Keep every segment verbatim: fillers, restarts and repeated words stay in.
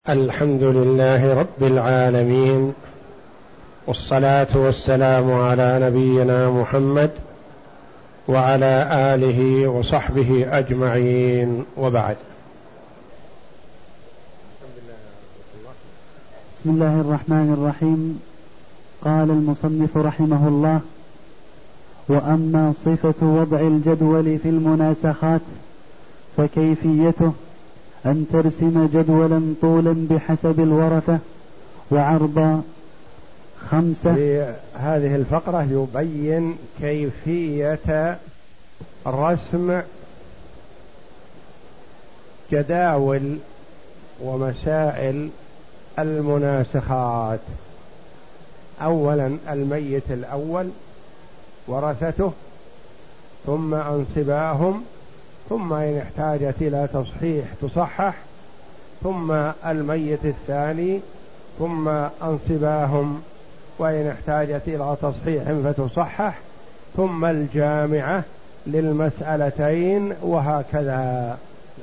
الحمد لله رب العالمين، والصلاة والسلام على نبينا محمد وعلى آله وصحبه أجمعين، وبعد. بسم الله الرحمن الرحيم. قال المصنف رحمه الله: وأما صفة وضع الجدول في المناسخات فكيفيته أن ترسم جدولا طولا بحسب الورثة وعرضا خمسة. في هذه الفقرة يبين كيفية رسم جداول ومسائل المناسخات. أولا الميت الأول ورثته، ثم أنصباهم، ثم إن احتاجت إلى تصحيح تصحح، ثم الميت الثاني، ثم أنصباهم وإن احتاجت إلى تصحيح فتصحح، ثم الجامعة للمسألتين، وهكذا.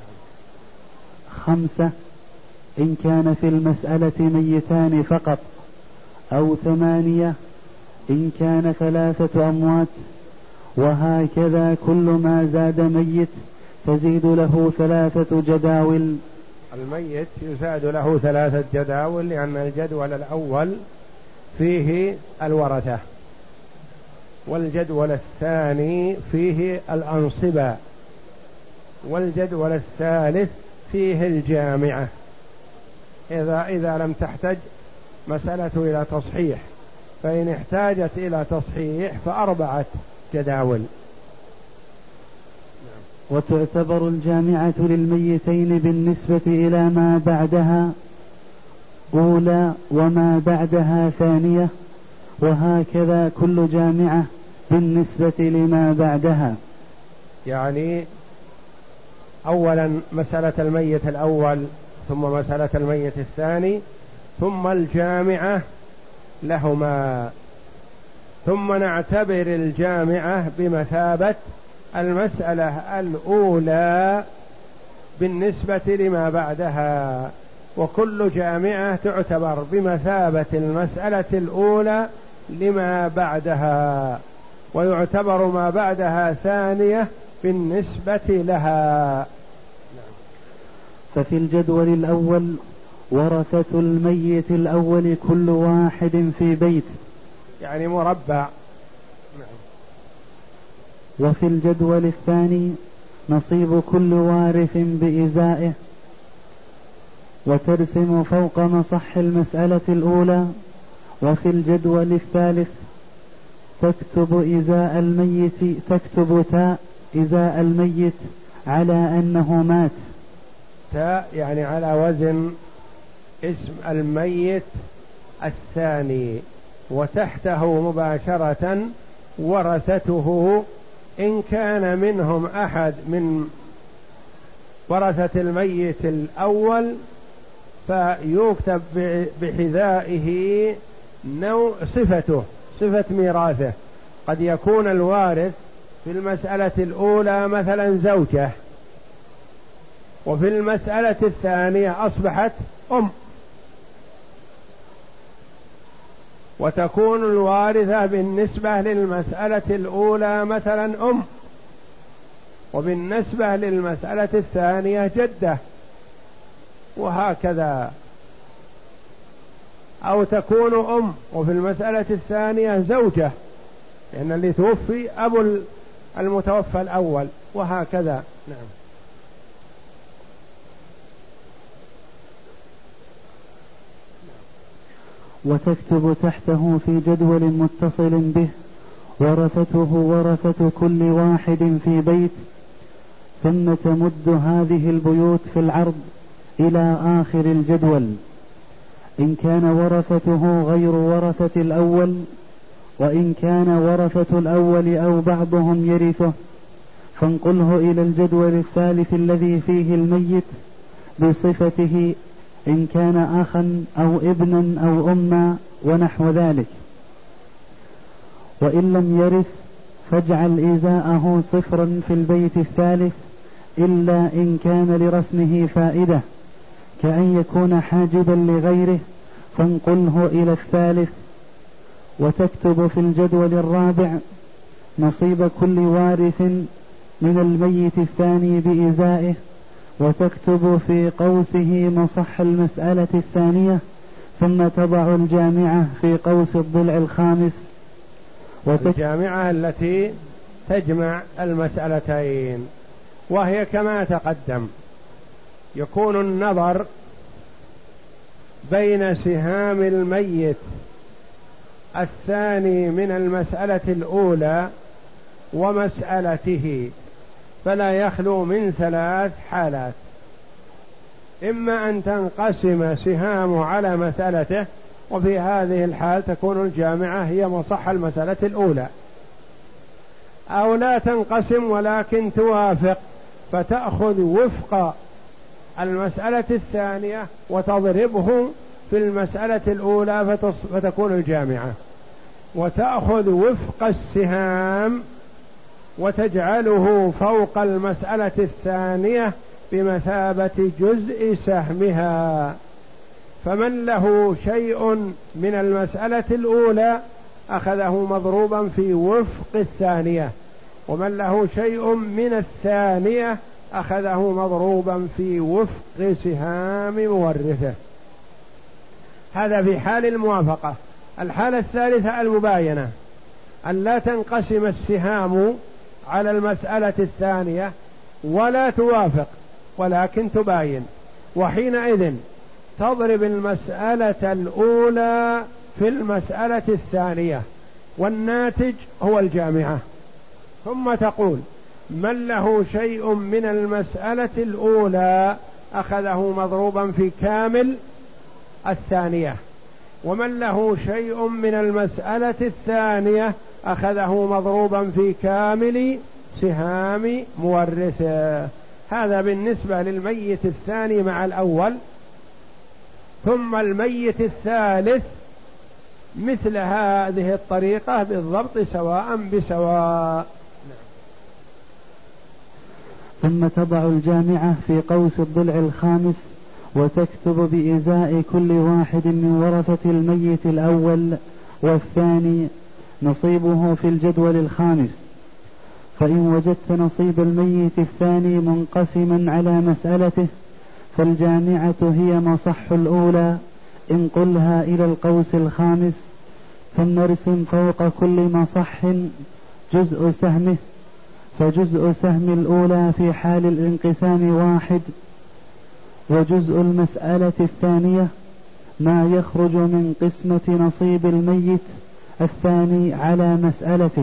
خمسة: إن كان في المسألة ميتان فقط، أو ثمانية إن كان ثلاثة أموات، وهكذا كل ما زاد ميت تزيد له ثلاثة جداول. الميت يزاد له ثلاثة جداول، لأن الجدول الأول فيه الورثة، والجدول الثاني فيه الأنصبة، والجدول الثالث فيه الجامعة، إذا إذا لم تحتج مسألة إلى تصحيح، فإن احتاجت إلى تصحيح فأربعة جداول. وتعتبر الجامعة للميتين بالنسبة إلى ما بعدها أولى وما بعدها ثانية، وهكذا كل جامعة بالنسبة لما بعدها. يعني أولا مسألة الميت الأول، ثم مسألة الميت الثاني، ثم الجامعة لهما، ثم نعتبر الجامعة بمثابة المسألة الأولى بالنسبة لما بعدها، وكل جامعة تعتبر بمثابة المسألة الأولى لما بعدها، ويعتبر ما بعدها ثانية بالنسبة لها. ففي الجدول الأول ورثة الميت الأول كل واحد في بيت، يعني مربع. وفي الجدول الثاني نصيب كل وارث بإزائه، وترسم فوق مصح المسألة الأولى. وفي الجدول الثالث تكتب إزاء الميت، تكتب تاء إزاء الميت على أنه مات. تاء يعني على وزن اسم الميت الثاني، وتحته مباشرة ورثته، إن كان منهم أحد من ورثة الميت الأول فيكتب بحذائه نوع صفته، صفة ميراثه. قد يكون الوارث في المسألة الأولى مثلا زوجة، وفي المسألة الثانية أصبحت أم، وتكون الوارثة بالنسبة للمسألة الأولى مثلا أم، وبالنسبة للمسألة الثانية جدة، وهكذا. أو تكون أم وفي المسألة الثانية زوجة، لأن اللي توفي أبو المتوفى الأول، وهكذا. نعم. وتكتب تحته في جدول متصل به ورثته ورثة كل واحد في بيت، ثم تمد هذه البيوت في العرض إلى آخر الجدول. إن كان ورثته غير ورثة الأول، وإن كان ورثة الأول أو بعضهم يرثه، فانقله إلى الجدول الثالث الذي فيه الميت بصفته، إن كان أخا أو ابنا أو أما ونحو ذلك. وإن لم يرث فاجعل إزاءه صفرا في البيت الثالث، إلا إن كان لرسمه فائدة، كأن يكون حاجبا لغيره فانقله إلى الثالث. وتكتب في الجدول الرابع نصيب كل وارث من الميت الثاني بإزائه، وتكتب في قوسه مصح المسألة الثانية، ثم تضع الجامعة في قوس الضلع الخامس. الجامعة التي تجمع المسألتين، وهي كما تقدم يكون النظر بين سهام الميت الثاني من المسألة الأولى ومسألته، فلا يخلو من ثلاث حالات: إما أن تنقسم سهام على مسألته، وفي هذه الحال تكون الجامعة هي مصح المسألة الأولى، أو لا تنقسم ولكن توافق فتأخذ وفق المسألة الثانية وتضربه في المسألة الأولى فتكون الجامعة، وتأخذ وفق السهام وتجعله فوق المسألة الثانية بمثابة جزء سهمها. فمن له شيء من المسألة الأولى أخذه مضروبا في وفق الثانية، ومن له شيء من الثانية أخذه مضروبا في وفق سهام مورثه. هذا في حال الموافقة. الحالة الثالثة المباينة، أن لا تنقسم السهام على المسألة الثانية ولا توافق ولكن تباين، وحينئذ تضرب المسألة الأولى في المسألة الثانية والناتج هو الجامعة، ثم تقول من له شيء من المسألة الأولى أخذه مضروبا في كامل الثانية، ومن له شيء من المسألة الثانية أخذه مضروبا في كامل سهام مورثه. هذا بالنسبة للميت الثاني مع الأول. ثم الميت الثالث مثل هذه الطريقة بالضبط سواء بسواء. ثم تضع الجامعة في قوس الضلع الخامس، وتكتب بإزاء كل واحد من ورثة الميت الأول والثاني نصيبه في الجدول الخامس. فإن وجدت نصيب الميت الثاني منقسما على مسألته فالجامعة هي مصح الأولى، انقلها إلى القوس الخامس، ثم ارسم فوق كل مصح جزء سهمه، فجزء سهم الأولى في حال الانقسام واحد، وجزء المسألة الثانية ما يخرج من قسمة نصيب الميت الثاني على مسألته.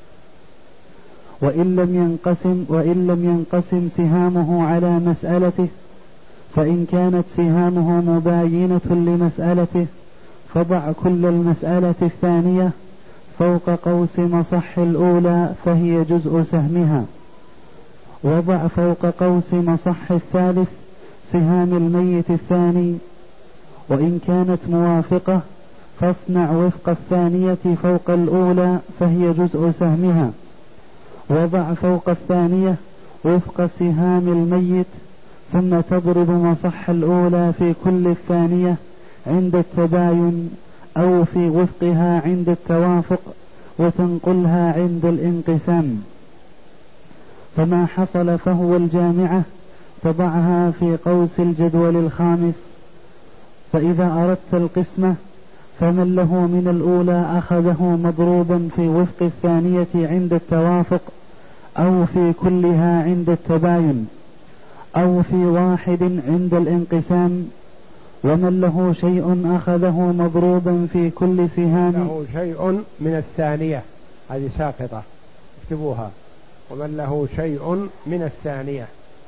وإن لم ينقسم وإن لم ينقسم سهامه على مسألته، فإن كانت سهامه مباينة لمسألته فضع كل المسألة الثانية فوق قوس مصح الأولى فهي جزء سهمها، وضع فوق قوس مصح الثالث سهام الميت الثاني، وإن كانت موافقة فاصنع وفق الثانية فوق الأولى فهي جزء سهمها، وضع فوق الثانية وفق سهام الميت، ثم تضرب مصح الأولى في كل الثانية عند التباين أو في وفقها عند التوافق، وتنقلها عند الانقسام. فما حصل فهو الجامعة، تضعها في قوس الجدول الخامس. فإذا أردت القسمة فمن له من الأولى أخذه مضروبا في وفق الثانية عند التوافق أو في كلها عند التباين أو في واحد عند الانقسام، ومن له شيء أخذه مضروبا في كل سهام. له شيء من الثانية، هذه ساقطة اكتبوها، ومن له شيء من الثانية.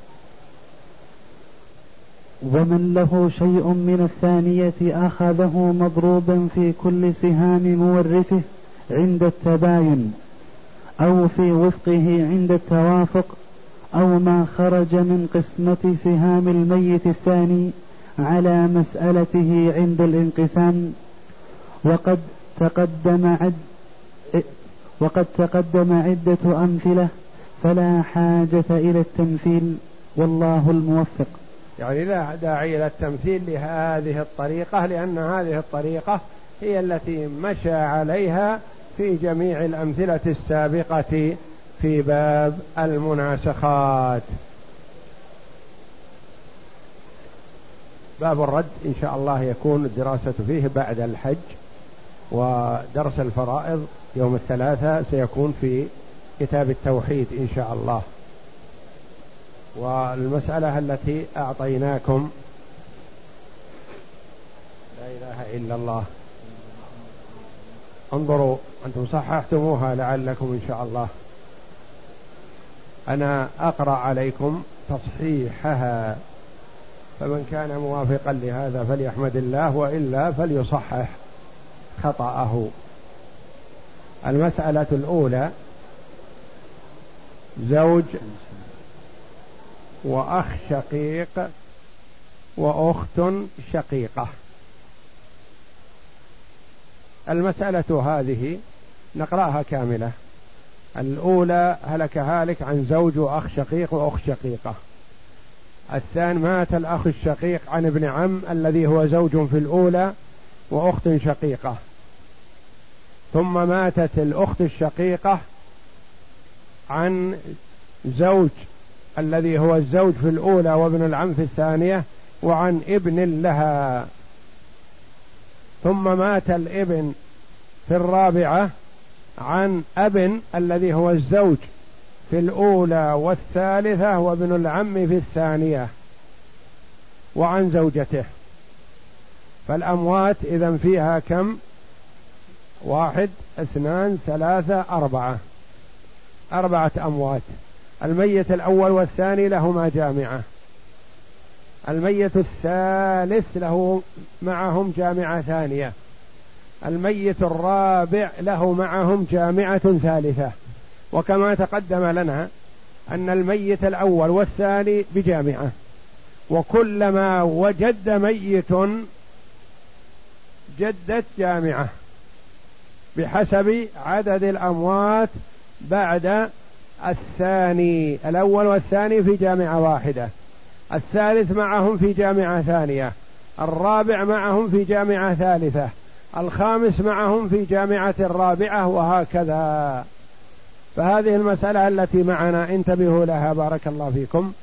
ومن له شيء من الثانية أخذه مضروبا في كل سهام مورثه عند التباين أو في وفقه عند التوافق، أو ما خرج من قسمة سهام الميت الثاني على مسألته عند الانقسام. وقد تقدم عد وقد تقدم عدة أمثلة فلا حاجة إلى التمثيل، والله الموفق. يعني لا داعي إلى التمثيل لهذه الطريقة، لأن هذه الطريقة هي التي مشى عليها في جميع الأمثلة السابقة في باب المناسخات. باب الرد إن شاء الله يكون الدراسة فيه بعد الحج، ودرس الفرائض يوم الثلاثاء سيكون في كتاب التوحيد إن شاء الله. والمسألة التي أعطيناكم لا إله إلا الله، انظروا أنتم صححتموها لعلكم إن شاء الله، أنا أقرأ عليكم تصحيحها، فمن كان موافقا لهذا فليحمد الله، وإلا فليصحح خطأه. المسألة الأولى: زوج وأخ شقيق وأخت شقيقة. المسألة هذه نقرأها كاملة. الأولى: هلك هالك عن زوج وأخ شقيق وأخت شقيقة. الثاني: مات الأخ الشقيق عن ابن عم الذي هو زوج في الأولى وأخت شقيقة. ثم ماتت الأخت الشقيقة عن زوج الذي هو الزوج في الأولى وابن العم في الثانية وعن ابن لها. ثم مات الابن في الرابعة عن أب الذي هو الزوج في الأولى والثالثة وابن العم في الثانية وعن زوجته. فالأموات إذن فيها كم؟ واحد اثنان ثلاثة أربعة، أربعة أموات. الميت الأول والثاني لهما جامعة، الميت الثالث له معهم جامعة ثانية، الميت الرابع له معهم جامعة ثالثة. وكما تقدم لنا أن الميت الأول والثاني بجامعة، وكلما وجد ميت جدت جامعة بحسب عدد الأموات بعد الثاني. الأول والثاني في جامعة واحدة، الثالث معهم في جامعة ثانية، الرابع معهم في جامعة ثالثة، الخامس معهم في جامعة الرابعة، وهكذا. فهذه المسألة التي معنا انتبهوا لها بارك الله فيكم.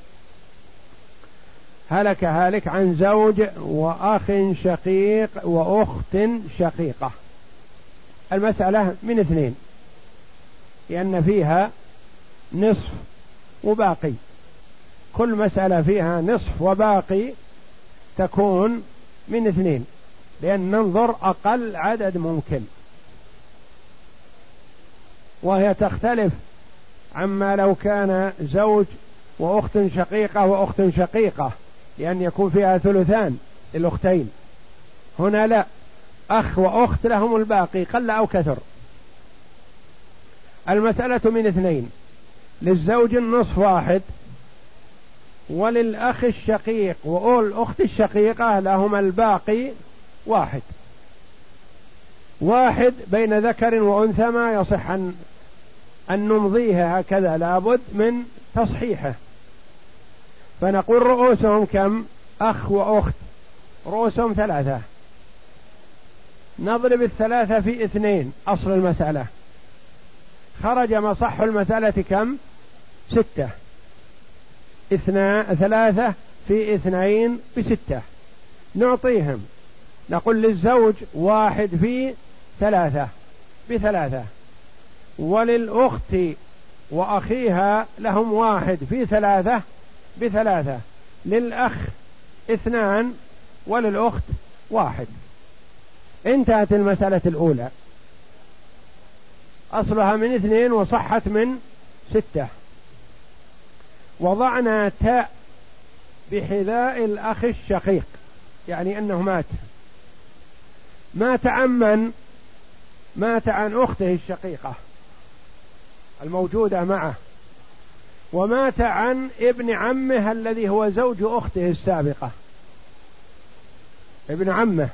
هلك هالك عن زوج وأخ شقيق وأخت شقيقة. المسألة من اثنين، لأن فيها نصف وباقي، كل مسألة فيها نصف وباقي تكون من اثنين، لأن ننظر أقل عدد ممكن، وهي تختلف عما لو كان زوج وأخت شقيقة وأخت شقيقة، لأن يكون فيها ثلثان للأختين. هنا لا، أخ وأخت لهم الباقي قل أو كثر. المسألة من اثنين: للزوج النصف واحد، وللأخ الشقيق والأخت الشقيقة لهما الباقي واحد. واحد بين ذكر وأنثى ما يصح أن, أن نمضيه هكذا، لابد من تصحيحه. فنقول رؤوسهم كم؟ أخ وأخت رؤوسهم ثلاثة، نضرب الثلاثة في اثنين أصل المسألة، خرج مصح المسألة كم؟ ستة. اثنا ثلاثة في اثنين بستة، نعطيهم. نقول للزوج واحد في ثلاثة بثلاثة، وللأخت وأخيها لهم واحد في ثلاثة بثلاثة، للأخ اثنان وللأخت واحد. انتهت المسألة الأولى، أصلها من اثنين وصحت من ستة. وضعنا تاء بحذاء الأخ الشقيق، يعني أنه مات مات عن من؟ مات عن أخته الشقيقة الموجودة معه، ومات عن ابن عمه الذي هو زوج أخته السابقة، ابن عمه.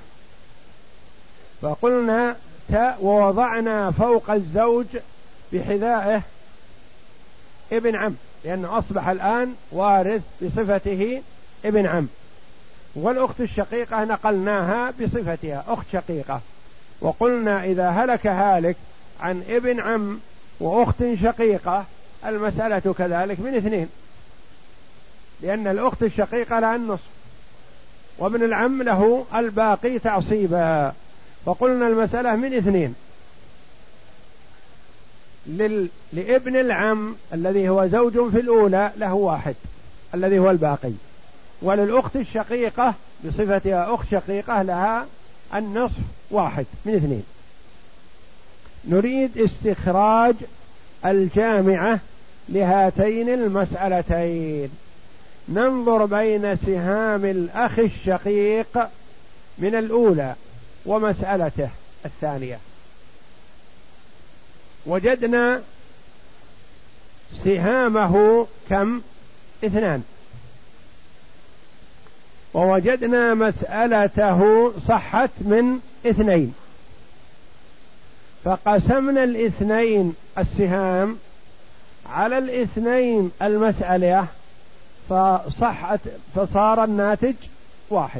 فقلنا تاء ووضعنا فوق الزوج بحذائه ابن عم، لأنه أصبح الآن وارث بصفته ابن عم، والأخت الشقيقة نقلناها بصفتها أخت شقيقة، وقلنا إذا هلك هالك عن ابن عم وأخت شقيقة المسألة كذلك من اثنين، لأن الأخت الشقيقة لها النصف وابن العم له الباقي تعصيبا، فقلنا المسألة من اثنين. لل... لابن العم الذي هو زوج في الأولى له واحد الذي هو الباقي، وللأخت الشقيقة بصفتها أخت شقيقة لها النصف واحد من اثنين. نريد استخراج الجامعة لهاتين المسألتين. ننظر بين سهام الأخ الشقيق من الأولى ومسألته الثانية. وجدنا سهامه كم؟ اثنان. ووجدنا مسألته صحت من اثنين، فقسمنا الاثنين السهام على الاثنين المسألة فصحت، فصار الناتج واحد.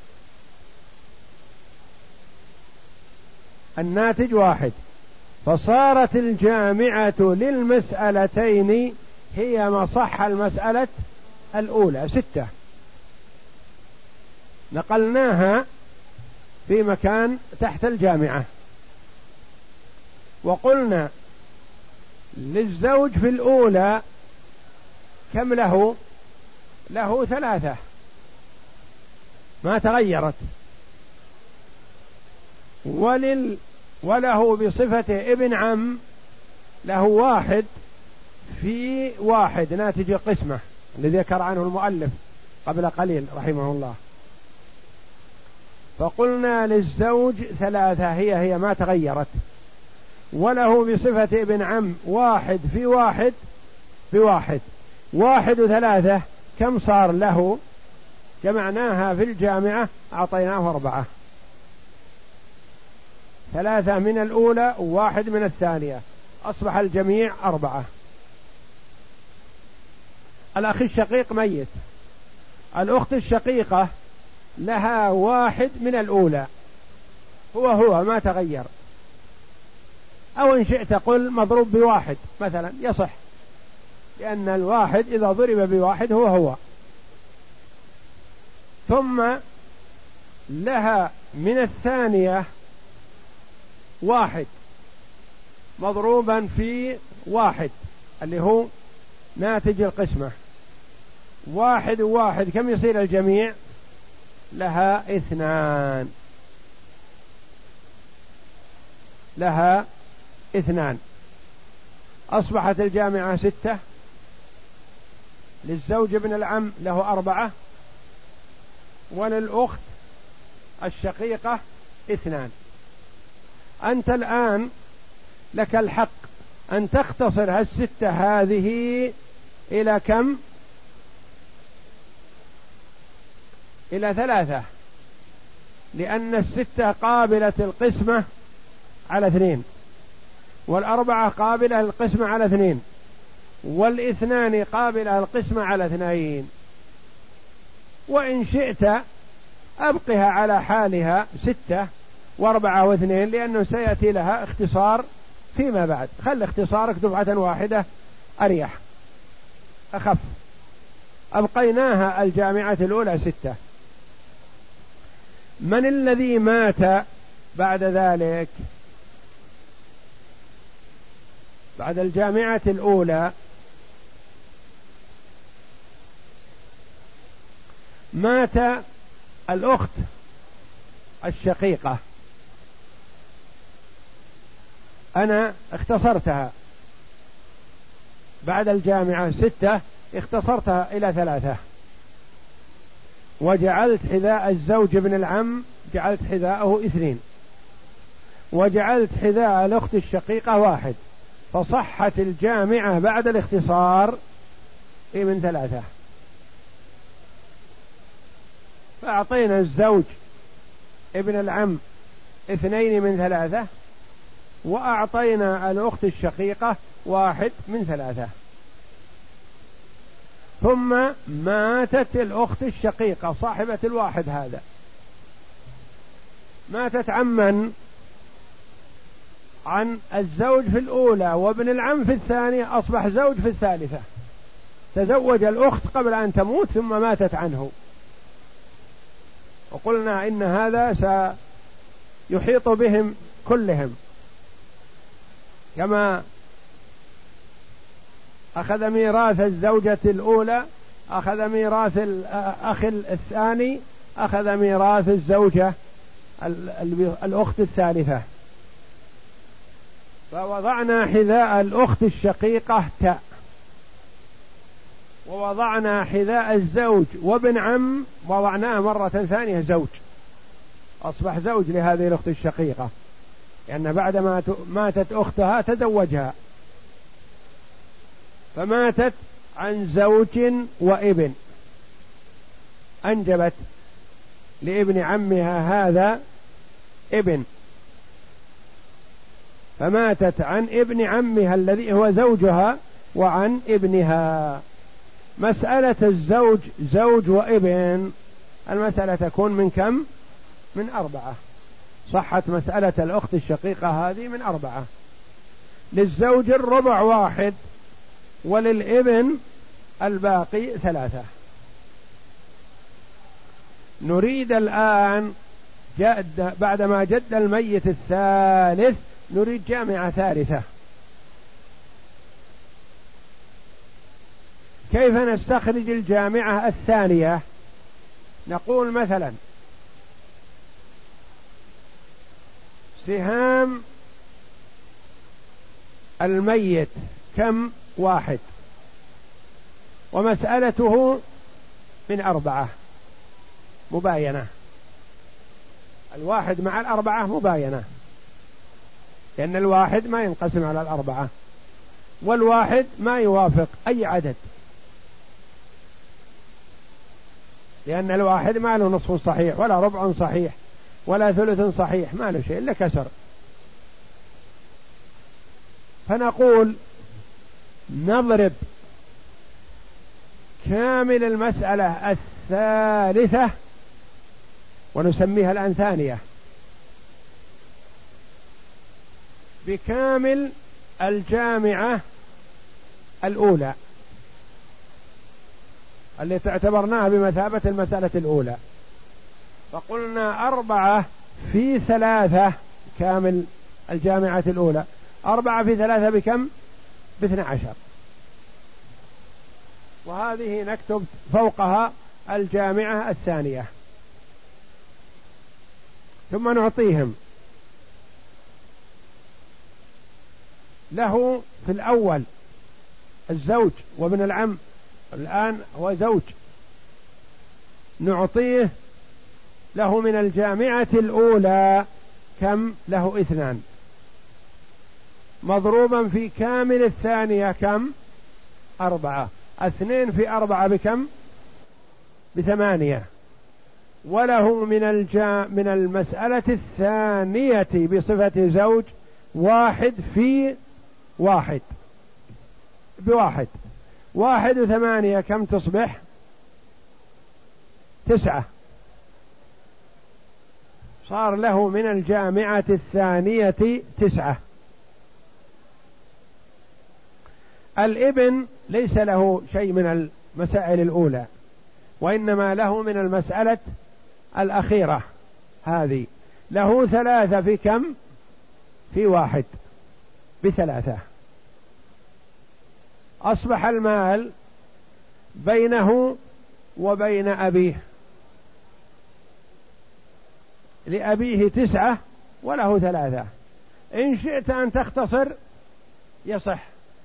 الناتج واحد، فصارت الجامعة للمسألتين هي مصح المسألة الأولى ستة. نقلناها في مكان تحت الجامعة، وقلنا للزوج في الأولى كم له؟ له ثلاثة ما تغيرت، ولل وله بصفته ابن عم له واحد في واحد ناتج القسمة الذي ذكر عنه المؤلف قبل قليل رحمه الله. فقلنا للزوج ثلاثة هي هي ما تغيرت، وله بصفة ابن عم واحد في واحد بواحد، واحد وثلاثة كم صار له؟ جمعناها في الجامعة أعطيناه أربعة، ثلاثة من الأولى وواحد من الثانية، أصبح الجميع أربعة. الأخ الشقيق ميت، الأخت الشقيقة لها واحد من الأولى هو هو ما تغير، أو إن شئت قل مضروب بواحد مثلا يصح، لأن الواحد إذا ضرب بواحد هو هو. ثم لها من الثانية واحد مضروبا في واحد اللي هو ناتج القسمة، واحد وواحد كم يصير الجميع؟ لها اثنان، لها اثنان، أصبحت الجامعة ستة. للزوج ابن العم له أربعة، وللأخت الشقيقة اثنان. أنت الآن لك الحق أن تختصر الستة هذه إلى كم؟ إلى ثلاثة، لأن الستة قابلة القسمة على اثنين، والأربعة قابلة القسمة على اثنين، والاثنان قابلة القسمة على اثنين. وإن شئت أبقها على حالها ستة واربعة واثنين، لأنه سيأتي لها اختصار فيما بعد. خل اختصارك دفعة واحدة أريح أخف. أبقيناها الجامعة الأولى ستة. من الذي مات بعد ذلك؟ بعد الجامعة الأولى مات الأخت الشقيقة. أنا اختصرتها بعد الجامعة ستة، اختصرتها إلى ثلاثة، وجعلت حذاء الزوج ابن العم جعلت حذاءه اثنين، وجعلت حذاء الأخت الشقيقة واحد، فصحت الجامعة بعد الاختصار من ثلاثة. فأعطينا الزوج ابن العم اثنين من ثلاثة، وأعطينا الأخت الشقيقة واحد من ثلاثة. ثم ماتت الأخت الشقيقة صاحبة الواحد هذا، ماتت عمن عن الزوج في الأولى وابن العم في الثانية، أصبح زوج في الثالثة، تزوج الأخت قبل أن تموت ثم ماتت عنه. وقلنا إن هذا سيحيط بهم كلهم، كما أخذ ميراث الزوجة الأولى أخذ ميراث الأخ الثاني أخذ ميراث الزوجة الأخت الثالثة. فوضعنا حذاء الأخت الشقيقة تاء، ووضعنا حذاء الزوج وابن عم وضعناه مرة ثانية زوج، أصبح زوج لهذه الأخت الشقيقة، لأن يعني بعدما ماتت أختها تزوجها، فماتت عن زوج وابن، أنجبت لابن عمها هذا ابن، فماتت عن ابن عمها الذي هو زوجها وعن ابنها. مسألة الزوج زوج وابن المسألة تكون من كم؟ من أربعة. صحت مسألة الأخت الشقيقة هذه من أربعة. للزوج الربع واحد، وللابن الباقي ثلاثة. نريد الآن جد بعدما جد الميت الثالث نريد جامعة ثالثة. كيف نستخرج الجامعة الثانية؟ نقول مثلا سهام الميت كم؟ واحد، ومسألته من أربعة مباينة، الواحد مع الأربعة مباينة، لأن الواحد ما ينقسم على الأربعة، والواحد ما يوافق أي عدد، لأن الواحد ما له نصف صحيح ولا ربع صحيح ولا ثلث صحيح، ما له شيء إلا كسر. فنقول نضرب كامل المسألة الثالثة ونسميها الآن ثانية بكامل الجامعة الأولى اللي تعتبرناها بمثابة المسألة الأولى، فقلنا أربعة في ثلاثة كامل الجامعة الأولى، أربعة في ثلاثة بكم؟ باثنى عشر، وهذه نكتب فوقها الجامعة الثانية، ثم نعطيهم له في الأول الزوج وابن العم، الآن هو زوج، نعطيه له من الجامعة الأولى كم؟ له اثنان، مضروبا في كامل الثانية كم؟ أربعة، اثنين في أربعة بكم؟ بثمانية، وله من الجا من المسألة الثانية بصفة زوج واحد في واحد بواحد، واحد وثمانية كم تصبح؟ تسعة، صار له من الجامعة الثانية تسعة. الابن ليس له شيء من المسائل الأولى، وإنما له من المسألة الأخيرة هذه، له ثلاثة في كم؟ في واحد بثلاثة، أصبح المال بينه وبين أبيه، لأبيه تسعة وله ثلاثة، إن شئت أن تختصر يصح،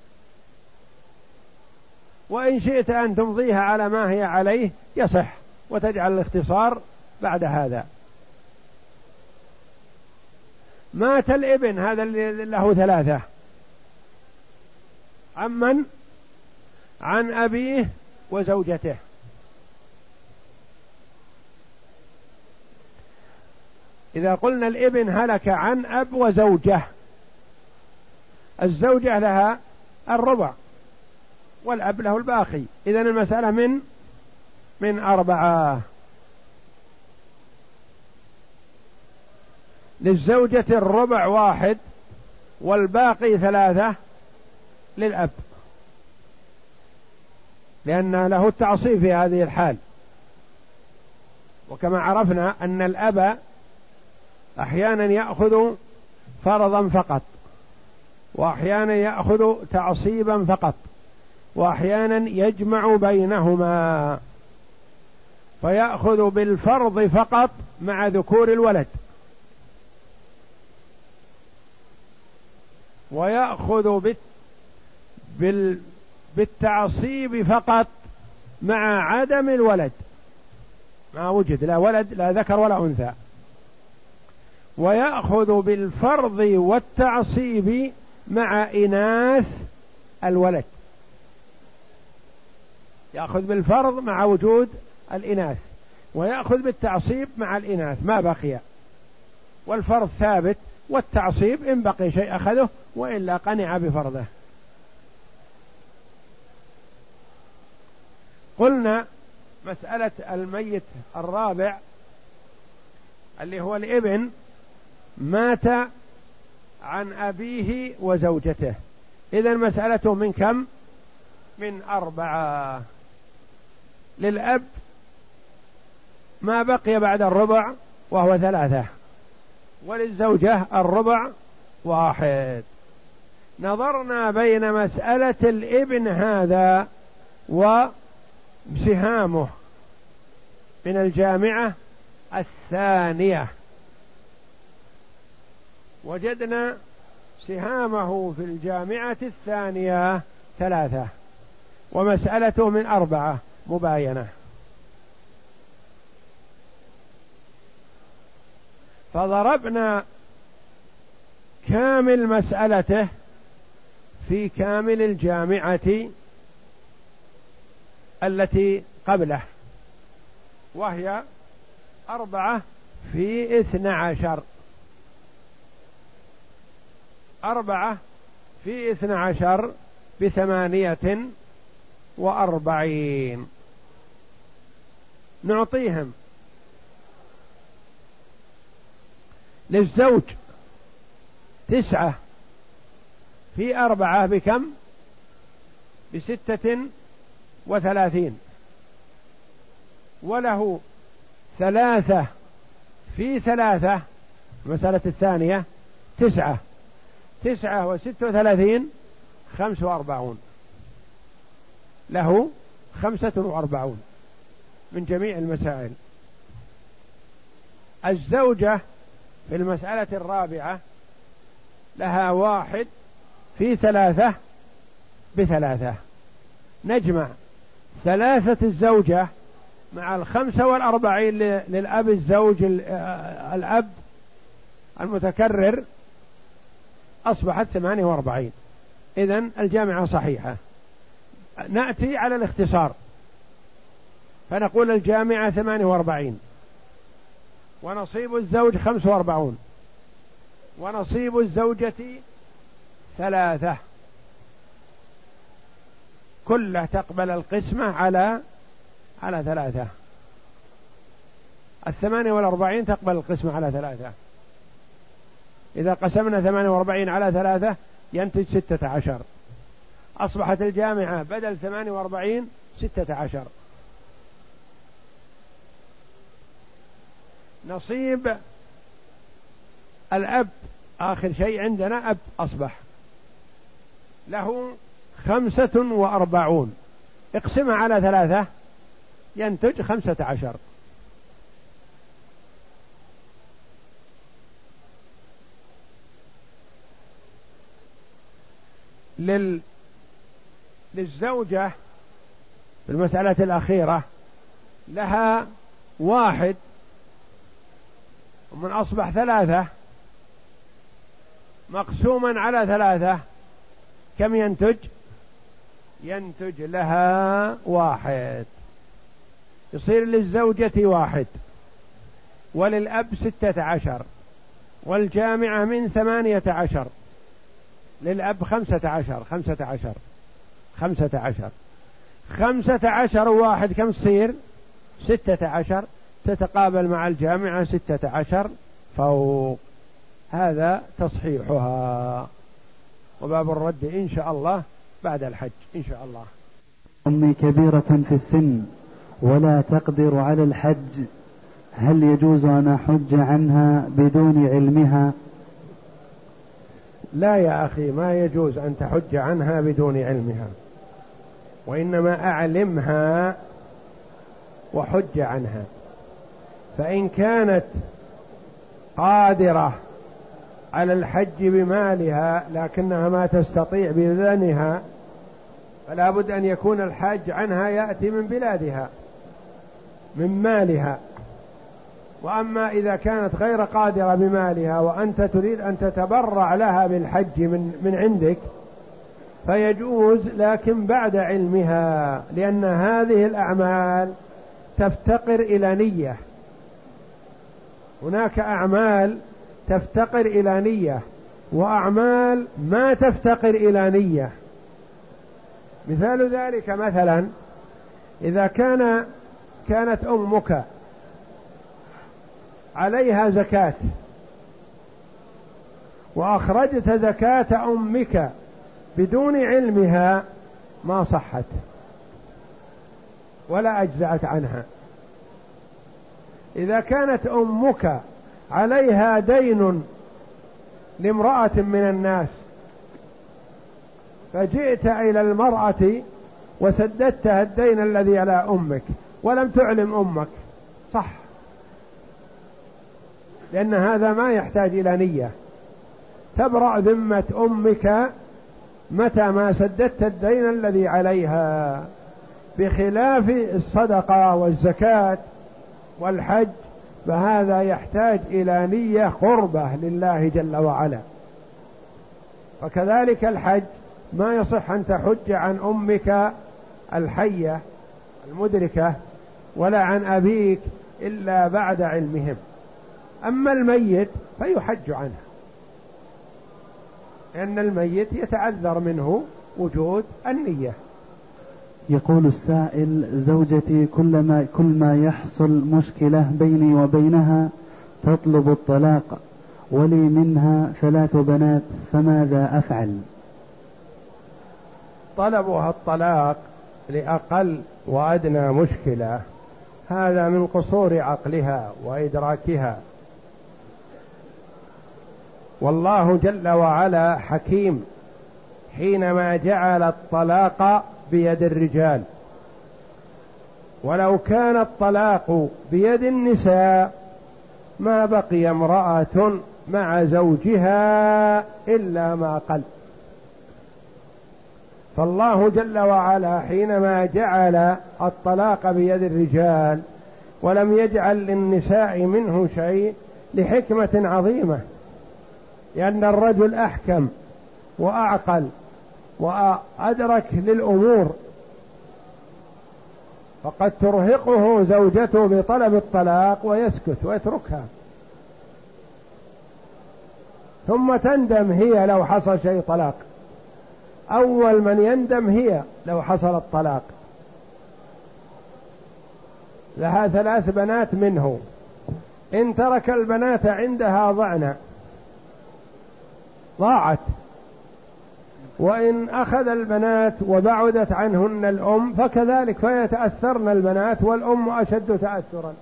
وإن شئت أن تمضيها على ما هي عليه يصح، وتجعل الاختصار بعد هذا. مات الابن هذا اللي له ثلاثة، عمن؟ عن أبيه وزوجته، إذا قلنا الابن هلك عن أب وزوجة، الزوجة لها الربع والأب له الباقي. إذن المسألة من من أربعة. للزوجة الربع واحد والباقي ثلاثة للأب، لأن له التعصيب في هذه الحال. وكما عرفنا أن الأب أحيانا يأخذ فرضا فقط، وأحيانا يأخذ تعصيبا فقط، وأحيانا يجمع بينهما، فيأخذ بالفرض فقط مع ذكور الولد، ويأخذ بال بالتعصيب فقط مع عدم الولد، ما وجد لا ولد لا ذكر ولا أنثى، ويأخذ بالفرض والتعصيب مع إناث الولد، يأخذ بالفرض مع وجود الإناث، ويأخذ بالتعصيب مع الإناث ما بقي، والفرض ثابت، والتعصيب إن بقي شيء أخذه، وإلا قنع بفرضه. قلنا مسألة الميت الرابع اللي هو الابن مات عن أبيه وزوجته، إذن مسألته من كم؟ من أربعة. للأب ما بقي بعد الربع وهو ثلاثة، وللزوجة الربع واحد. نظرنا بين مسألة الابن هذا وسهامه من الجامعة الثانية، وجدنا سهامه في الجامعة الثانية ثلاثة، ومسألته من أربعة مباينة. فضربنا كامل مسألته في كامل الجامعة التي قبله، وهي أربعة في اثنى عشر، أربعة في اثنى عشر بثمانية وأربعين. نعطيهم للزوج تسعة في أربعة بكم؟ بستة وثلاثين، وله ثلاثة في ثلاثة، مسألة الثانية تسعة، تسعة وستة وثلاثين خمس وأربعون، له خمسة وأربعون من جميع المسائل. الزوجة في المسألة الرابعة لها واحد في ثلاثة بثلاثة، نجمع ثلاثة الزوجة مع الخمسة والأربعين للأب الزوج الأب المتكرر، أصبحت ثمانية وأربعين. إذن الجامعة صحيحة. نأتي على الاختصار فنقول الجامعة ثمانية وأربعين، ونصيب الزوج خمس وأربعون، ونصيب الزوجة ثلاثة، كلها تقبل القسمة على على ثلاثة. الثمانية والأربعين تقبل القسمة على ثلاثة. إذا قسمنا ثمانية وأربعين على ثلاثة ينتج ستة عشر، أصبحت الجامعة بدل ثمانية وأربعين ستة عشر. نصيب الأب آخر شيء عندنا أب أصبح له خمسة وأربعون، اقسمها على ثلاثة ينتج خمسة عشر. لل... للزوجة في المسألة الأخيرة لها واحد، ومن أصبح ثلاثة مقسوما على ثلاثة كم ينتج؟ ينتج لها واحد، يصير للزوجة واحد، وللأب ستة عشر، والجامعة من ثمانية عشر، للأب خمسة عشر، خمسة عشر، خمسة عشر. خمسة عشر واحد كم تصير؟ ستة عشر، تتقابل مع الجامعة ستة عشر فوق. هذا تصحيحها. وباب الرد إن شاء الله بعد الحج إن شاء الله. أمي كبيرة في السن ولا تقدر على الحج، هل يجوز أن أحج عنها بدون علمها؟ لا يا أخي، ما يجوز أن تحج عنها بدون علمها، وإنما أعلمها وحج عنها. فإن كانت قادرة على الحج بمالها لكنها ما تستطيع ببدنها، فلا بد أن يكون الحج عنها يأتي من بلادها من مالها. وأما إذا كانت غير قادرة بمالها وأنت تريد أن تتبرع لها بالحج من, من عندك فيجوز، لكن بعد علمها، لأن هذه الأعمال تفتقر إلى نية. هناك أعمال تفتقر إلى نية وأعمال ما تفتقر إلى نية. مثال ذلك مثلا إذا كان كانت أمك عليها زكاة وأخرجت زكاة أمك بدون علمها ما صحت ولا أجزأت عنها. إذا كانت أمك عليها دين لامرأة من الناس فجئت إلى المرأة وسددتها الدين الذي على أمك ولم تعلم أمك، صح، لأن هذا ما يحتاج إلى نية. تبرأ ذمة أمك متى ما سددت الدين الذي عليها، بخلاف الصدقة والزكاة والحج فهذا يحتاج إلى نية قربة لله جل وعلا. وكذلك الحج ما يصح أن تحج عن أمك الحية المدركة ولا عن أبيك إلا بعد علمهم. أما الميت فيحج عنه، لأن الميت يتعذر منه وجود النية. يقول السائل: زوجتي كلما كل ما يحصل مشكلة بيني وبينها تطلب الطلاق، ولي منها ثلاث بنات، فماذا أفعل؟ طلبها الطلاق لأقل وأدنى مشكلة هذا من قصور عقلها وإدراكها، والله جل وعلا حكيم حينما جعل الطلاق بيد الرجال. ولو كان الطلاق بيد النساء ما بقي امرأة مع زوجها إلا ما قل. فالله جل وعلا حينما جعل الطلاق بيد الرجال ولم يجعل للنساء منه شيء لحكمة عظيمة، لأن الرجل أحكم وأعقل وأدرك للأمور، فقد ترهقه زوجته بطلب الطلاق ويسكت ويتركها، ثم تندم هي لو حصل شيء طلاق. أول من يندم هي لو حصل الطلاق. لها ثلاث بنات منه، إن ترك البنات عندها ضعنا ضاعت، وإن أخذ البنات وبعدت عنهن الأم فكذلك، فيتأثرن البنات والأم أشد تأثرا.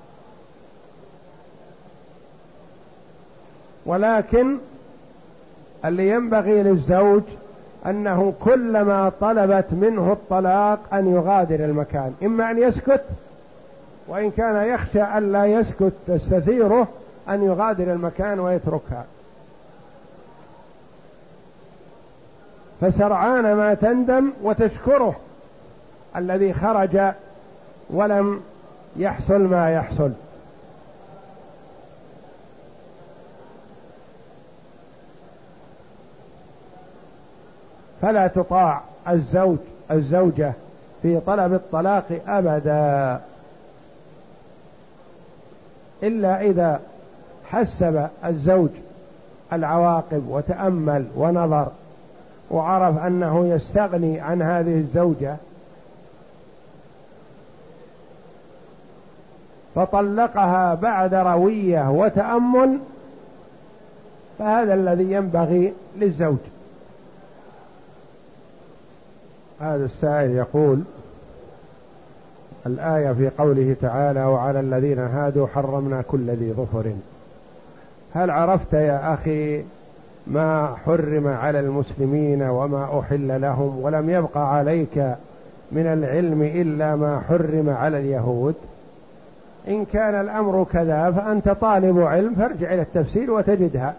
ولكن اللي ينبغي للزوج أنه كلما طلبت منه الطلاق أن يغادر المكان، إما أن يسكت، وإن كان يخشى أن لا يسكت تستثيره أن يغادر المكان ويتركها. فسرعان ما تندم وتشكره الذي خرج ولم يحصل ما يحصل. فلا تطاع الزوج الزوجة في طلب الطلاق أبدا، إلا إذا حسب الزوج العواقب وتأمل ونظر وعرف أنه يستغني عن هذه الزوجة فطلقها بعد روية وتأمل، فهذا الذي ينبغي للزوج. هذا السائل يقول: الآية في قوله تعالى: وعلى الذين هادوا حرمنا كل ذي ظفر، هل عرفت يا أخي ما حرم على المسلمين وما أحل لهم، ولم يبقى عليك من العلم إلا ما حرم على اليهود؟ إن كان الأمر كذا فأنت طالب علم، فارجع إلى التفسير وتجدها.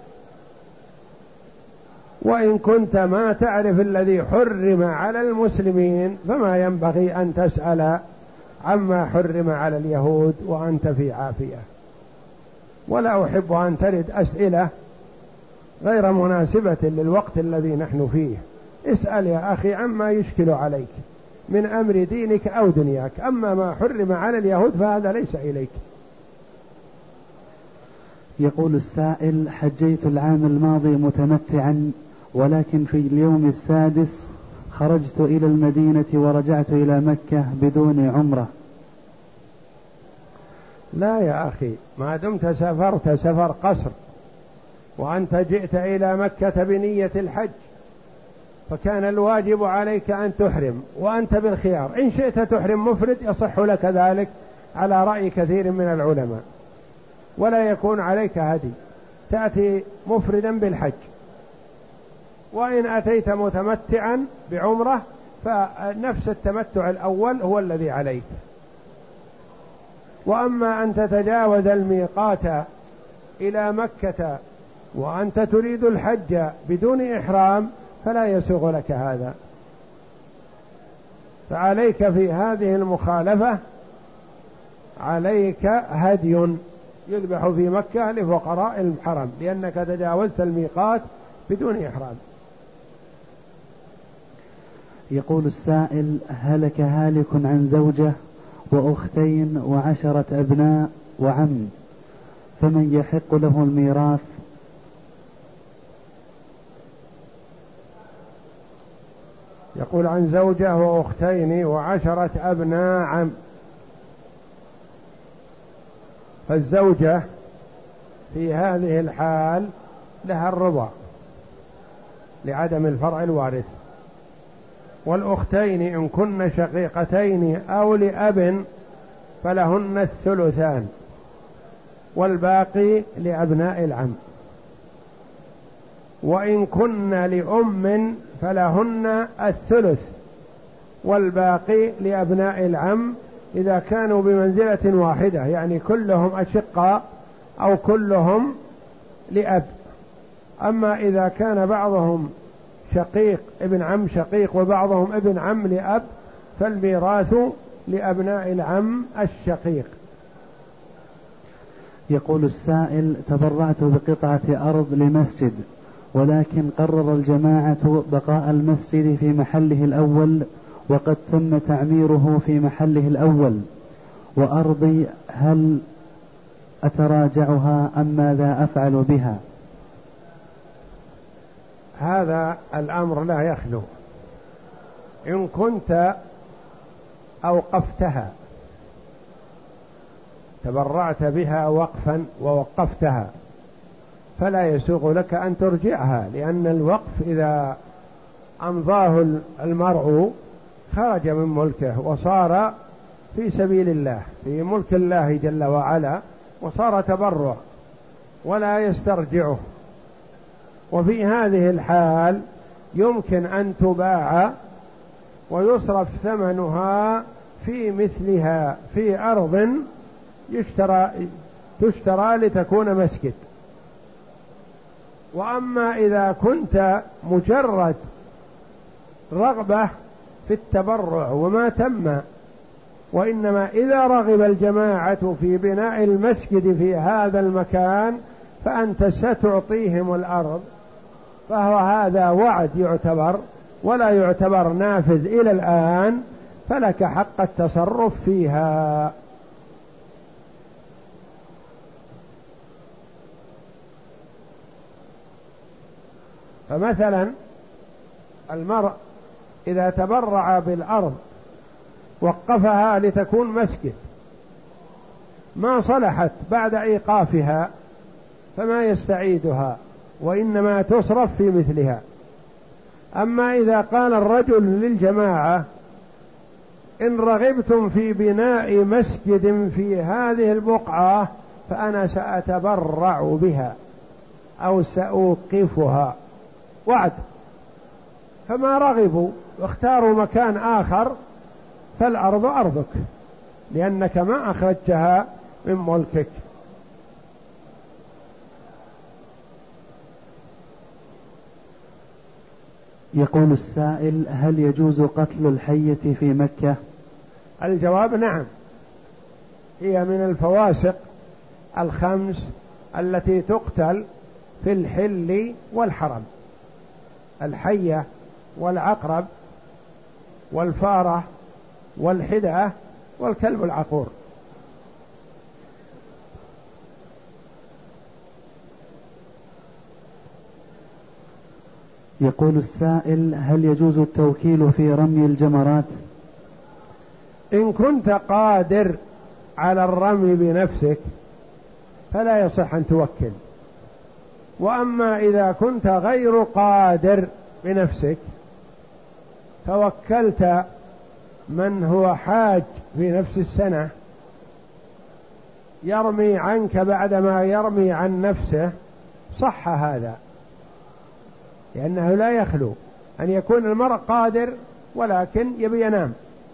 وإن كنت ما تعرف الذي حرم على المسلمين فما ينبغي أن تسأل عما حرم على اليهود وأنت في عافية. ولا أحب أن ترد أسئلة غير مناسبة للوقت الذي نحن فيه. اسأل يا أخي عما يشكل عليك من أمر دينك أو دنياك، أما ما حرم على اليهود فهذا ليس إليك. يقول السائل: حجيت العام الماضي متمتعا، ولكن في اليوم السادس خرجت إلى المدينة ورجعت إلى مكة بدون عمرة. لا يا أخي، ما دمت سافرت سفر قصر وأنت جئت إلى مكة بنية الحج فكان الواجب عليك أن تحرم، وأنت بالخيار، إن شئت تحرم مفرد يصح لك ذلك على رأي كثير من العلماء، ولا يكون عليك هدي، تأتي مفردا بالحج. وإن أتيت متمتعا بعمرة فنفس التمتع الأول هو الذي عليك. وأما أن تتجاوز الميقات إلى مكة وأنت تريد الحج بدون إحرام فلا يسوغ لك هذا. فعليك في هذه المخالفة عليك هدي يذبح في مكة لفقراء الحرم، لأنك تجاوزت الميقات بدون إحرام. يقول السائل: هلك هالك عن زوجة وأختين وعشرة أبناء وعم، فمن يحق له الميراث؟ يقول: عن زوجة وأختين وعشرة أبناء عم. فالزوجة في هذه الحال لها الربع لعدم الفرع الوارث، والأختين إن كن شقيقتين أو لأب فلهن الثلثان، والباقي لأبناء العم. وإن كن لأم فلهن الثلث، والباقي لأبناء العم إذا كانوا بمنزلة واحدة، يعني كلهم أشقاء أو كلهم لأب. أما إذا كان بعضهم شقيق ابن عم شقيق وبعضهم ابن عم لأب فالميراث لأبناء العم الشقيق. يقول السائل: تبرعت بقطعة أرض لمسجد، ولكن قرر الجماعة بقاء المسجد في محله الأول، وقد تم تعميره في محله الأول، وأرضي هل أتراجعها أم ماذا أفعل بها؟ هذا الأمر لا يخلو. إن كنت أوقفتها، تبرعت بها وقفا ووقفتها، فلا يسوغ لك أن ترجعها، لأن الوقف إذا أمضاه المرء خرج من ملكه وصار في سبيل الله، في ملك الله جل وعلا، وصار تبرع ولا يسترجعه. وفي هذه الحال يمكن أن تباع ويصرف ثمنها في مثلها في أرض يشترى تشترى لتكون مسجد. وأما إذا كنت مجرد رغبة في التبرع وما تم، وإنما إذا رغب الجماعة في بناء المسجد في هذا المكان فأنت ستعطيهم الأرض، فهو هذا وعد يعتبر ولا يعتبر نافذ إلى الآن، فلك حق التصرف فيها. فمثلا المرء إذا تبرع بالأرض وقفها لتكون مسجد ما صلحت بعد إيقافها فما يستعيدها، وإنما تصرف في مثلها. أما إذا قال الرجل للجماعة إن رغبتم في بناء مسجد في هذه البقعة فأنا سأتبرع بها أو سأوقفها، وعد، فما رغبوا واختاروا مكان آخر فالأرض أرضك لأنك ما أخرجتها من ملكك. يقول السائل: هل يجوز قتل الحية في مكة؟ الجواب نعم، هي من الفواسق الخمس التي تقتل في الحل والحرم: الحية والعقرب والفارة والحدأة والكلب العقور. يقول السائل: هل يجوز التوكيل في رمي الجمرات؟ إن كنت قادر على الرمي بنفسك فلا يصح أن توكل، وأما إذا كنت غير قادر بنفسك فوكلت من هو حاج في نفس السنة يرمي عنك بعدما يرمي عن نفسه، صح هذا، لأنه لا يخلو أن يكون المرء قادر ولكن يبي ينام،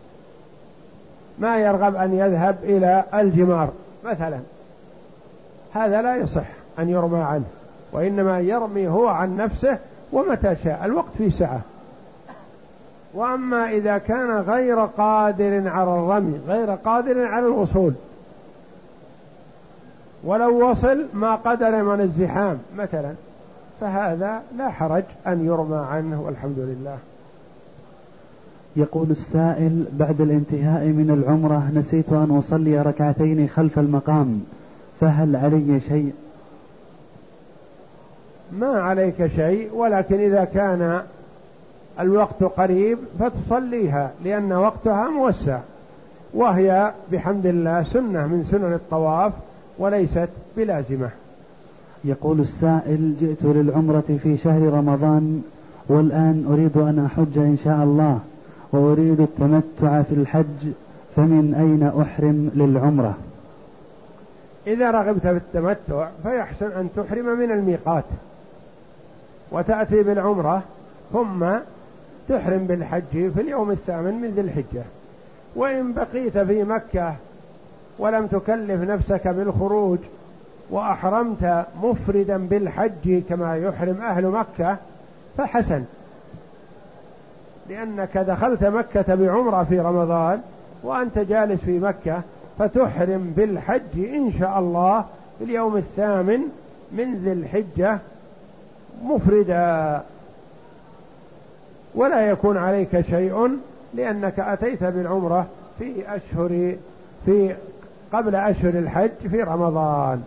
ما يرغب أن يذهب إلى الجمار مثلا، هذا لا يصح أن يرمى عنه، وإنما يرمي هو عن نفسه ومتى شاء، الوقت في سعة. وأما إذا كان غير قادر على الرمي، غير قادر على الوصول، ولو وصل ما قدر من الزحام مثلا، فهذا لا حرج أن يرمى عنه والحمد لله. يقول السائل: بعد الانتهاء من العمرة نسيت أن أصلي ركعتين خلف المقام، فهل علي شيء؟ ما عليك شيء، ولكن إذا كان الوقت قريب فتصليها لأن وقتها موسع، وهي بحمد الله سنة من سنن الطواف وليست بلازمة. يقول السائل: جئت للعمرة في شهر رمضان والآن أريد أن أحج إن شاء الله، وأريد التمتع في الحج، فمن أين أحرم للعمرة؟ إذا رغبت في التمتع فيحسن أن تحرم من الميقات وتأتي بالعمرة ثم تحرم بالحج في اليوم الثامن من ذي الحجة. وإن بقيت في مكة ولم تكلف نفسك بالخروج وأحرمت مفردا بالحج كما يحرم أهل مكة فحسن، لأنك دخلت مكة بعمرة في رمضان وأنت جالس في مكة، فتحرم بالحج إن شاء الله في اليوم الثامن من ذي الحجة مفردا، ولا يكون عليك شيء لأنك أتيت بالعمرة في أشهر في قبل أشهر الحج في رمضان.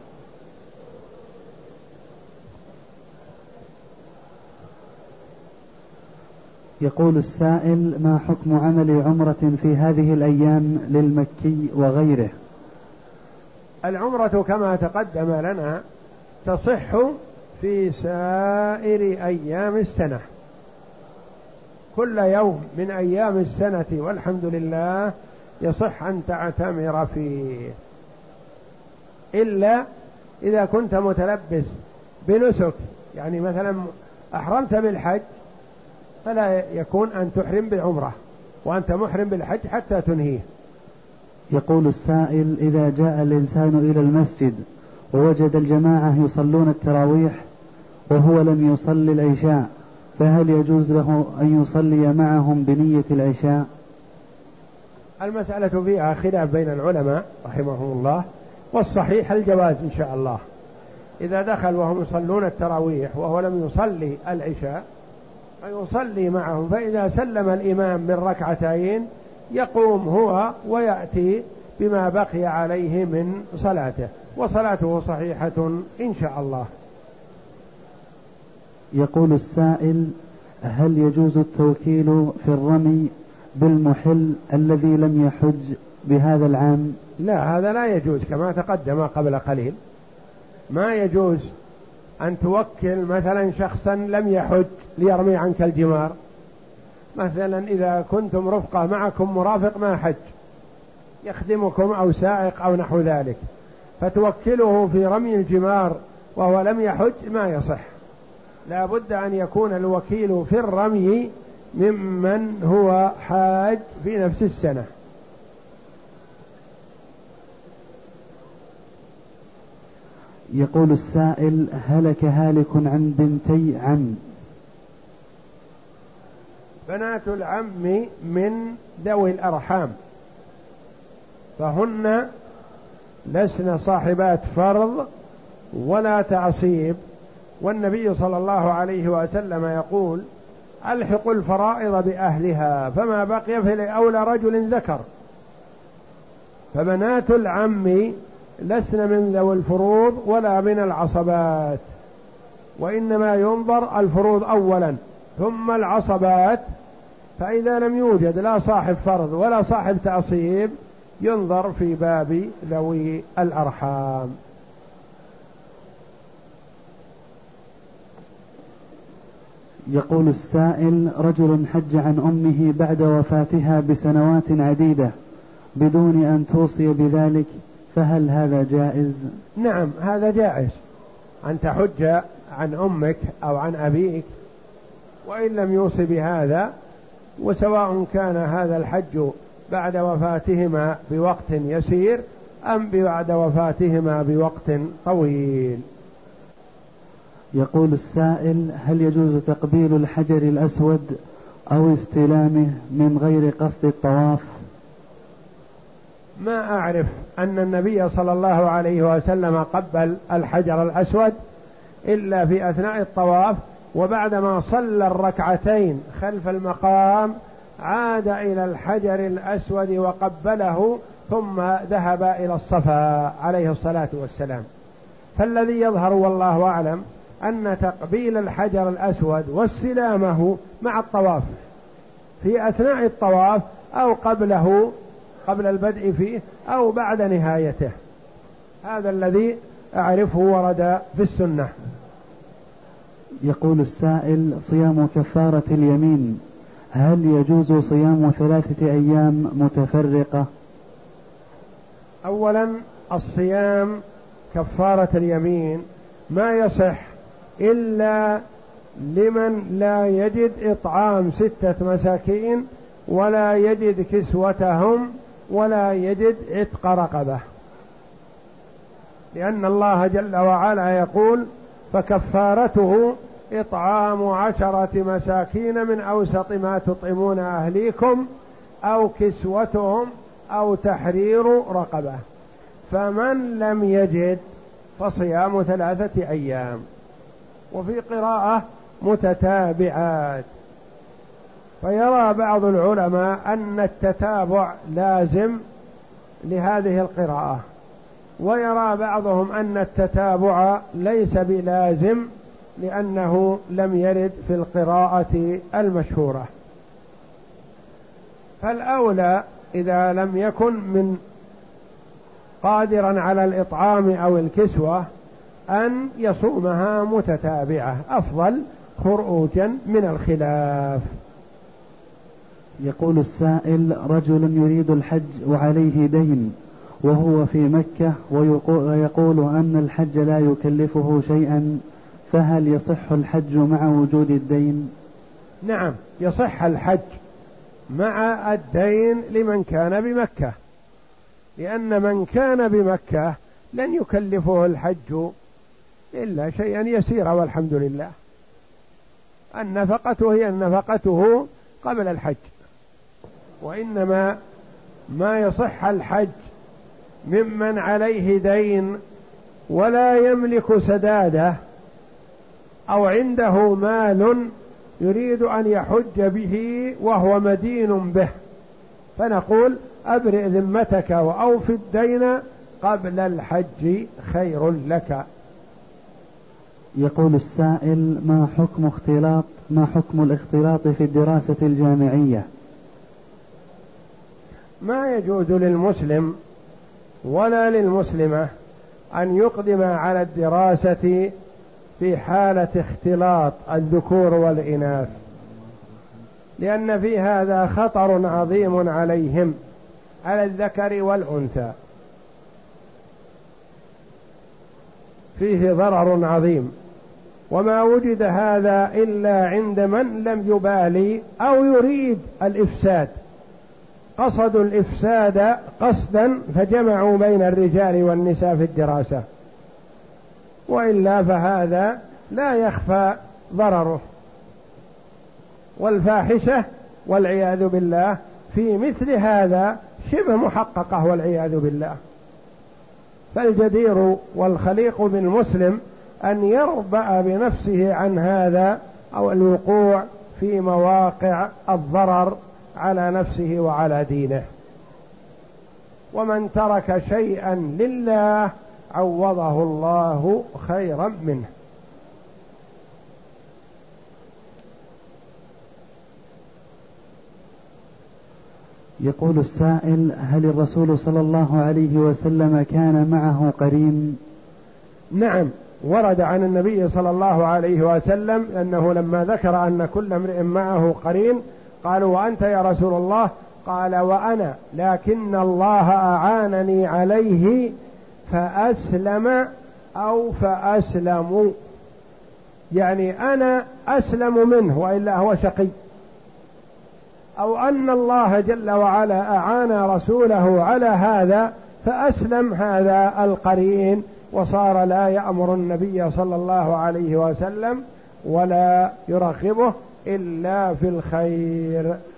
يقول السائل: ما حكم عمل عمرة في هذه الأيام للمكي وغيره؟ العمرة كما تقدم لنا تصح في سائر أيام السنة، كل يوم من أيام السنة والحمد لله يصح أن تعتمر فيه، إلا إذا كنت متلبس بنسك، يعني مثلا أحرمت بالحج فلا يكون أن تحرم بالعمرة وأنت محرم بالحج حتى تنهيه. يقول السائل: إذا جاء الإنسان إلى المسجد ووجد الجماعة يصلون التراويح وهو لم يصلي العشاء، فهل يجوز له أن يصلي معهم بنية العشاء؟ المسألة فيها خلاف بين العلماء رحمهم الله، والصحيح الجواز إن شاء الله. إذا دخل وهم يصلون التراويح وهو لم يصلي العشاء فيصلي معهم، فإذا سلم الإمام من ركعتين يقوم هو ويأتي بما بقي عليه من صلاته، وصلاته صحيحة إن شاء الله. يقول السائل: هل يجوز التوكيل في الرمي بالمحل الذي لم يحج بهذا العام؟ لا، هذا لا يجوز كما تقدم قبل قليل. ما يجوز أن توكل مثلا شخصا لم يحج ليرمي عنك الجمار. مثلا إذا كنتم رفقة معكم مرافق ما حج يخدمكم أو سائق أو نحو ذلك، فتوكله في رمي الجمار وهو لم يحج، ما يصح. لا بد أن يكون الوكيل في الرمي ممن هو حاج في نفس السنة. يقول السائل: هلك هالك عن بنتي عم. بنات العم من ذوي الأرحام، فهن لسن صاحبات فرض ولا تعصيب، والنبي صلى الله عليه وسلم يقول: ألحقوا الفرائض بأهلها فما بقي فلأولى رجل ذكر. فبنات العم لسن من ذوي الفروض ولا من العصبات، وإنما ينظر الفروض أولا ثم العصبات، فإذا لم يوجد لا صاحب فرض ولا صاحب تعصيب ينظر في باب ذوي الأرحام. يقول السائل: رجل حج عن أمه بعد وفاتها بسنوات عديدة بدون أن توصي بذلك، فهل هذا جائز؟ نعم، هذا جائز أن تحج عن أمك أو عن أبيك وإن لم يوصي بهذا، وسواء كان هذا الحج بعد وفاتهما بوقت يسير أم بعد وفاتهما بوقت طويل. يقول السائل: هل يجوز تقبيل الحجر الأسود أو استلامه من غير قصد الطواف؟ ما أعرف أن النبي صلى الله عليه وسلم قبل الحجر الأسود إلا في أثناء الطواف، وبعدما صلى الركعتين خلف المقام عاد إلى الحجر الأسود وقبله ثم ذهب إلى الصفا عليه الصلاة والسلام. فالذي يظهر والله أعلم أن تقبيل الحجر الأسود واستلامه مع الطواف في أثناء الطواف أو قبله قبل البدء فيه أو بعد نهايته، هذا الذي أعرفه ورد في السنة. يقول السائل: صيام كفارة اليمين، هل يجوز صيام ثلاثة أيام متفرقة؟ أولا، الصيام كفارة اليمين ما يصح إلا لمن لا يجد إطعام ستة مساكين ولا يجد كسوتهم ولا يجد عتق رقبة، لأن الله جل وعلا يقول: فكفارته إطعام عشرة مساكين من أوسط ما تطعمون أهليكم أو كسوتهم أو تحرير رقبة. فمن لم يجد فصيام ثلاثة أيام. وفي قراءة متتابعات، فيرى بعض العلماء أن التتابع لازم لهذه القراءة، ويرى بعضهم أن التتابع ليس بلازم لأنه لم يرد في القراءة المشهورة. فالأولى إذا لم يكن من قادرا على الإطعام أو الكسوة أن يصومها متتابعة، أفضل خروجا من الخلاف. يقول السائل: رجل يريد الحج وعليه دين وهو في مكة ويقول أن الحج لا يكلفه شيئا، فهل يصح الحج مع وجود الدين؟ نعم، يصح الحج مع الدين لمن كان بمكة، لأن من كان بمكة لن يكلفه الحج إلا شيئا يسيرا والحمد لله. النفقة هي نفقته قبل الحج، وإنما ما يصح الحج ممن عليه دين ولا يملك سداده أو عنده مال يريد أن يحج به وهو مدين به، فنقول: أبرئ ذمتك وأوف الدين قبل الحج خير لك. يقول السائل: ما حكم اختلاط ما حكم الاختلاط في الدراسة الجامعية؟ ما يجوز للمسلم ولا للمسلمة أن يقدم على الدراسة في حالة اختلاط الذكور والإناث، لأن في هذا خطر عظيم عليهم، على الذكر والأنثى، فيه ضرر عظيم. وما وجد هذا إلا عند من لم يبالي أو يريد الإفساد، قصدوا الإفساد قصدا فجمعوا بين الرجال والنساء في الدراسة، وإلا فهذا لا يخفى ضرره. والفاحشة والعياذ بالله في مثل هذا شبه محققة والعياذ بالله. فالجدير والخليق بالمسلم أن يربأ بنفسه عن هذا أو الوقوع في مواقع الضرر على نفسه وعلى دينه. ومن ترك شيئا لله عوضه الله خيرا منه. يقول السائل: هل الرسول صلى الله عليه وسلم كان معه قرين؟ نعم، ورد عن النبي صلى الله عليه وسلم أنه لما ذكر أن كل امرئ معه قرين قالوا: وأنت يا رسول الله؟ قال: وأنا، لكن الله أعانني عليه فأسلم أو فأسلموا، يعني أنا أسلم منه وإلا هو شقي، أو أن الله جل وعلا أعان رسوله على هذا فأسلم هذا القرين وصار لا يأمر النبي صلى الله عليه وسلم ولا يرغبه إلا في الخير.